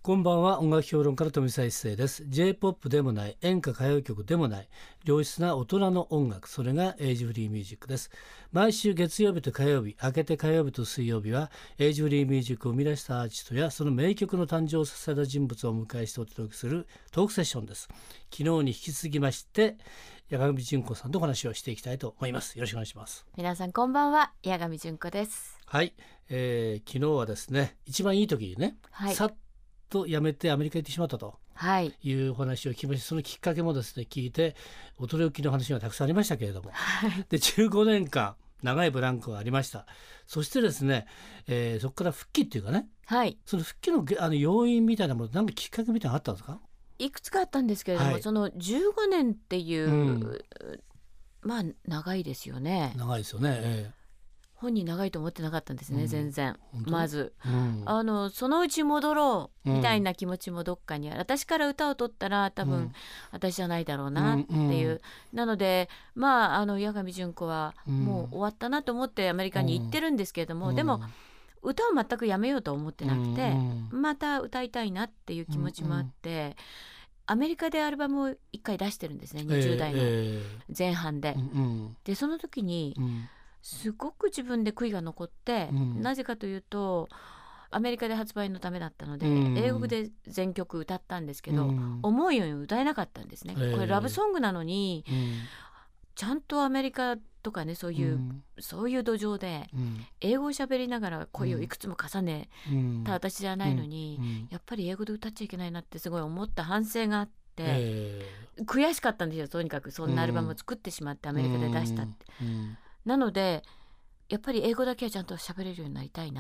こんばんは。音楽評論家の富澤一世です。 J-POP でもない、演歌歌謡曲でもない、良質な大人の音楽、それがエイジフリーミュージックです。毎週月曜日と火曜日、明けて火曜日と水曜日はエイジフリーミュージックを生み出したアーティストやその名曲の誕生をさせた人物をお迎えしてお届けするトークセッションです。昨日に引き続きまして八神純子さんとお話をしていきたいと思います。よろしくお願いします。 皆さんこんばんは、八神純子です。 はい、昨日はですね、一番いい時にね、さっと辞めてアメリカに行ってしまったというお話を聞きまして、そのきっかけもですね聞いて驚きの話がたくさんありましたけれども、で15年間長いブランクがありました。そしてですね、そこから復帰っていうかね、その復帰の要因みたいなもの、なんかきっかけみたいなのあったんですか？ いくつかあったんですけれども、その15年っていう、まあ長いですよね。 長いですよね、 本人長いと思ってなかったんですね、全然。まず、そのうち戻ろうみたいな気持ちもどっかにある。私から歌を取ったら多分、私じゃないだろうなっていう、なので八神純子はもう終わったなと思ってアメリカに行ってるんですけれども、でも歌を全くやめようと思ってなくて、また歌いたいなっていう気持ちもあって、アメリカでアルバムを1回出してるんですね、20代の前半で。でその時に、すごく自分で悔いが残って、なぜかというとアメリカで発売のためだったので、英語で全曲歌ったんですけど、思うように歌えなかったんですね。これラブソングなのに、ちゃんとアメリカとかね、そういう土壌で英語を喋りながら声をいくつも重ねた私じゃないのに、やっぱり英語で歌っちゃいけないなってすごい思った反省があって、悔しかったんですよ。とにかくそんなアルバムを作ってしまってアメリカで出したって、なのでやっぱり英語だけはちゃんと喋れるようになりたいなって、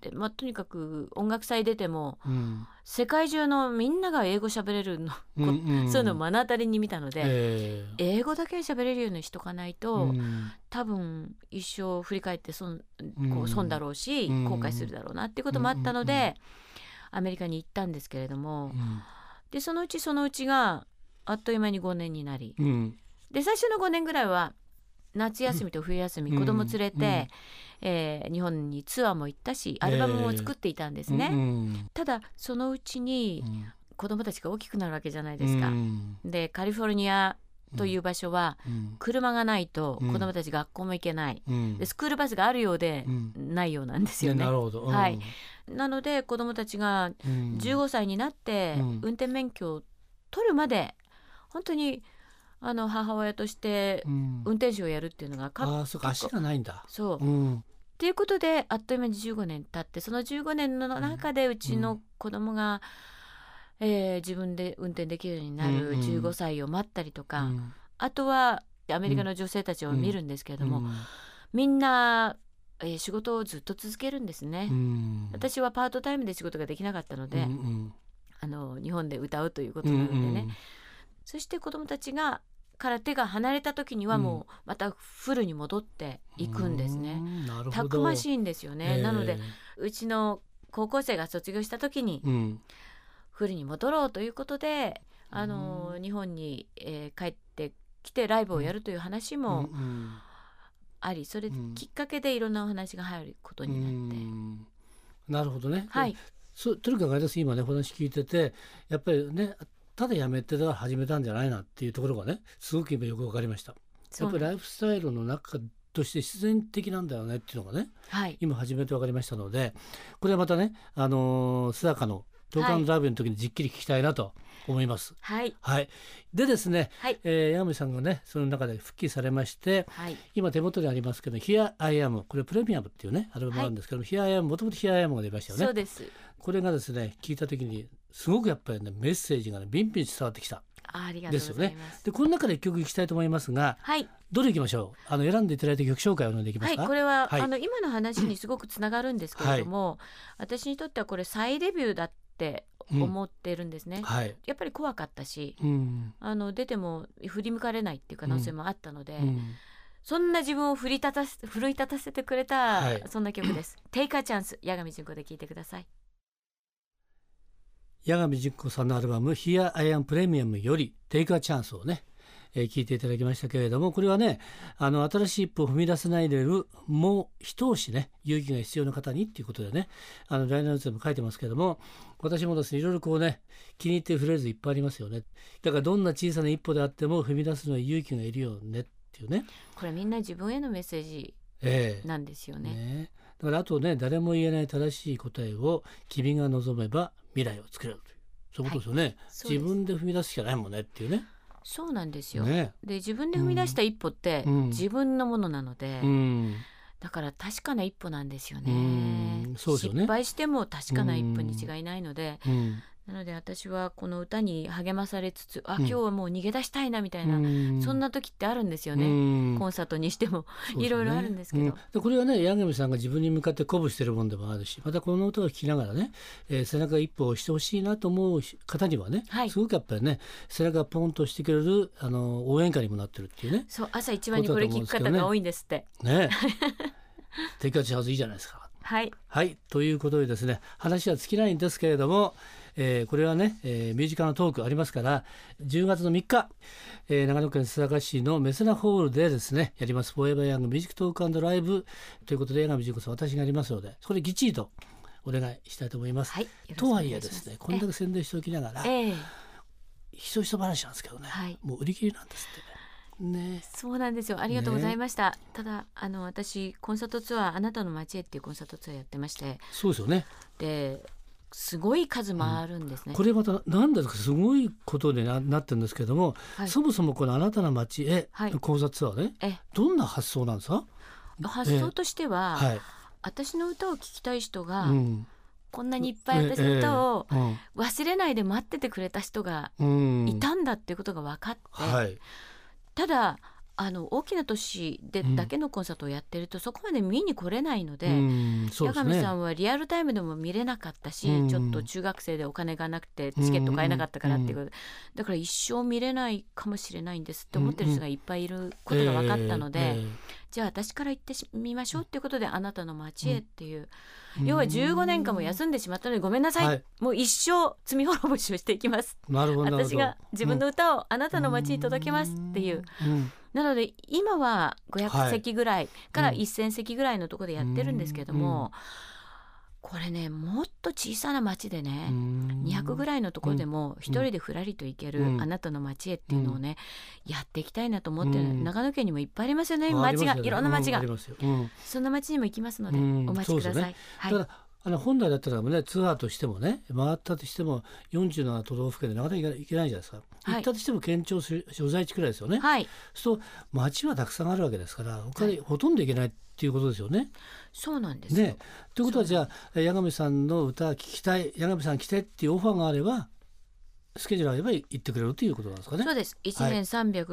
とにかく音楽祭出ても、世界中のみんなが英語喋れるの、そういうのを目の当たりに見たので、英語だけは喋れるようにしとかないと、多分一生振り返って損だろうし、後悔するだろうなっていうこともあったので、アメリカに行ったんですけれども、でそのうちがあっという間に5年になり、で最初の5年ぐらいは夏休みと冬休み、子供連れて、日本にツアーも行ったし、アルバムも作っていたんですね。ただそのうちに子供たちが大きくなるわけじゃないですか。でカリフォルニアという場所は、車がないと子供たち学校も行けない、でスクールバスがあるようで、ないようなんですよね。 なるほど、 なので子供たちが15歳になって、運転免許を取るまで本当に母親として運転手をやるっていうのがそうか、足がないんだ。 そう、っていうことであっという間に15年経って、その15年の中でうちの子供が、自分で運転できるようになる15歳を待ったりとか、あとはアメリカの女性たちを見るんですけれども、みんな、仕事をずっと続けるんですね。私はパートタイムで仕事ができなかったので、日本で歌うということなのでね、そして子供たちから手が離れた時にはもうまたフルに戻っていくんですね。たくましいんですよね。なのでうちの高校生が卒業した時に、フルに戻ろうということで、日本に、帰ってきてライブをやるという話もあり、それきっかけでいろんなお話が入ることになって、 なるほどね。とにかくあれです、今ねお話聞いてて、やっぱりね、ただやめてから始めたんじゃないなっていうところがね、すごく今よく分かりました。やっぱりライフスタイルの中として必然的なんだよねっていうのがね、今初めて分かりましたので、これはまたね、須坂のトーク&ライブの時にじっくり聞きたいなと思います。でですね、八神さんがねその中で復帰されまして、今手元にありますけど Here I Am、 これプレミアムっていうねアルバムなんですけど、Here I Am、 もともと Here I Am が出ましたよね。 そうです。 これがですね聞いた時にすごくやっぱりねメッセージがねビンビン伝わってきたですよね。でこの中で一曲いきたいと思いますが、どれいきましょう？選んでいただいた曲紹介をお願いできますか？ これは、今の話にすごくつながるんですけれども、私にとってはこれ再デビューだって思ってるんですね。やっぱり怖かったし、出ても振り向かれないっていう可能性もあったので、そんな自分を奮い立たせてくれた、そんな曲です。Take a Chance、 八神純子で聴いてください。 八神純子さんのアルバム Here I Am プレミアムより Take a Chance をね、 聞いていただきましたけれども、これはね新しい一歩を踏み出せないでいるもう一押しね勇気が必要な方にっていうことでねライナーノーツでも書いてますけれども、私もですねいろいろこうね気に入っているフレーズいっぱいありますよね。だからどんな小さな一歩であっても踏み出すのは勇気がいるよねっていうね。 これみんな自分へのメッセージなんですよね。 だからあとね誰も言えない正しい答えを君が望めば未来を作れるという、そういうことですよね、はい、自分で踏み出すしかないもんねっていうね。 そうなんですよ、で自分で踏み出した一歩って、自分のものなので、だから確かな一歩なんですよね。 そうですよね。 失敗しても確かな一歩に違いないので、なので私はこの歌に励まされつつ、今日はもう逃げ出したいなみたいな、そんな時ってあるんですよね。コンサートにしてもいろいろあるんですけど、 でこれはね八神さんが自分に向かって鼓舞してるもんでもあるし、またこの歌を聴きながらね、背中一歩を押してほしいなと思う方にはね、すごくやっぱりね背中がポンとしてくれる応援歌にもなってるっていうね。 そう、朝一番にこれ聞く方が多いんですってね。テイクアウトチャンスいいじゃないですか。はい、ということでですね、話は尽きないんですけれども、これはね、ミュージカルのトークありますから10月の3日、長野県須坂市のメセナホールでですねやりますフォーエバーヤングミュージックトーク&ライブということで、八神純子さん私がやりますので、そこでぎっちりとお願いしたいと思います、とはいえですねこんだけ宣伝しておきながら、ひそひそ話なんですけどね、もう売り切れなんですってね。 そうなんですよ。ありがとうございました、ただ私コンサートツアーあなたの街へっていうコンサートツアーやってまして。 そうですよね。 ですごい数回るんですね、 これまた何ですかすごいことに なってるんですけども、そもそもこのあなたの街への講座ツアーね、どんな発想なんですか？ 発想としては、私の歌を聴きたい人が、こんなにいっぱい私の歌を忘れないで待っててくれた人がいたんだっていうことが分かって、ただ大きな都市でだけのコンサートをやってると、そこまで見に来れないので、八神さんはリアルタイムでも見れなかったし、ちょっと中学生でお金がなくてチケット買えなかったからっていうことで、だから一生見れないかもしれないんですって思ってる人がいっぱいいることが分かったので、じゃあ私から行ってみましょうっていうことで、あなたの街へっていう、要は15年間も休んでしまったのでごめんなさい、もう一生罪滅ぼしをしていきます。私が自分の歌をあなたの街に届けますっていう、なので今は500席ぐらいから1000席ぐらいのところでやってるんですけども、これねもっと小さな町でね200ぐらいのところでも一人でふらりと行けるあなたの町へっていうのをねやっていきたいなと思ってる。長野県にもいっぱいありますよね、町がいろんな町が、そんな町にも行きますのでお待ちください。 本来だったらねツアーとしてもね回ったとしても47都道府県でなかなか行けないじゃないですか、行ったとしても県庁所在地くらいですよね、そう町はたくさんあるわけですから他にほとんど行けないっていうことですよね。 そうなんですよ、 ということはじゃあ八神さんの歌聞きたい、八神さん来てっていうオファーがあればスケジュールあれば行ってくれるということなんですかね。 そうです。1年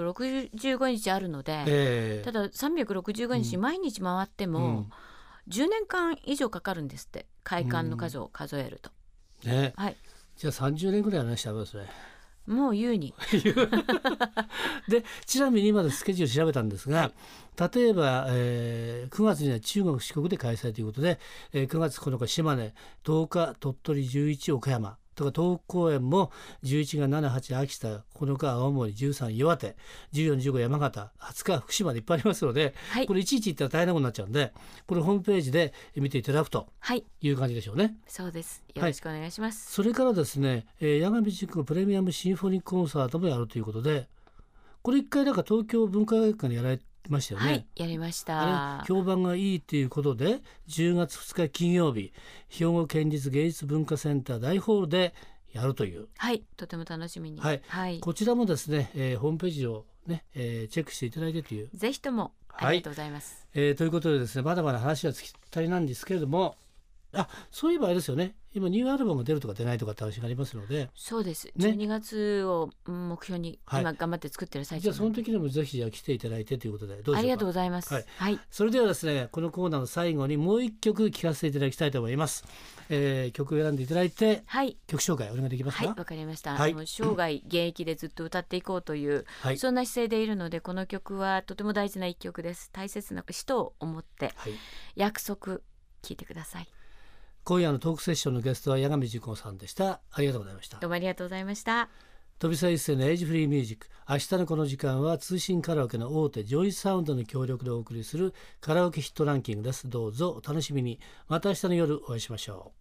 365日あるので、ただ365日毎日回っても、10年間以上かかるんですって、会館の数を数えると、じゃあ 30年ぐらいはねしたわけですね。 もう優にでちなみに今のスケジュール調べたんですが、例えば、9月には中国四国で開催ということで、9月9日島根、10日鳥取、11岡山とか東北公演も11が7、8秋田、9日青森、13岩手、14、15山形、20日福島でいっぱいありますので、これいちいち言ったら大変なことになっちゃうんで、これホームページで見ていただくという感じでしょうね。 そうです。よろしくお願いします。 それからですね、八神塾のプレミアムシンフォニックコンサートもやるということで、これ一回東京文化会館でやられましたよね。 やりました。 あれ評判がいいということで10月2日金曜日、兵庫県立芸術文化センター大ホールでやるという、 とても楽しみに、 こちらもですね、ホームページをね、チェックしていただいてという、 ぜひともありがとうございます、 ということでですね、まだまだ話は尽きたりなんですけれども、そういえばあれですよね、今ニューアルバムが出るとか出ないとかって話がありますので。 そうです、12月を目標に今頑張って作ってる最中、 じゃあその時でもぜひじゃあ来ていただいてということでどうでしょうか。 ありがとうございます、 それではですね、このコーナーの最後にもう一曲聴かせていただきたいと思います、曲を選んでいただいて、曲紹介お願いできますか。 わかりました、生涯現役でずっと歌っていこうという、そんな姿勢でいるので、この曲はとても大事な一曲です。大切な人を思って、約束聞いてください。 今夜のトークセッションのゲストは八神純子さんでした。ありがとうございました。 どうもありがとうございました。 飛び一世のエイジフリーミュージック。明日のこの時間は通信カラオケの大手ジョイサウンドの協力でお送りするカラオケヒットランキングです。どうぞお楽しみに。また明日の夜お会いしましょう。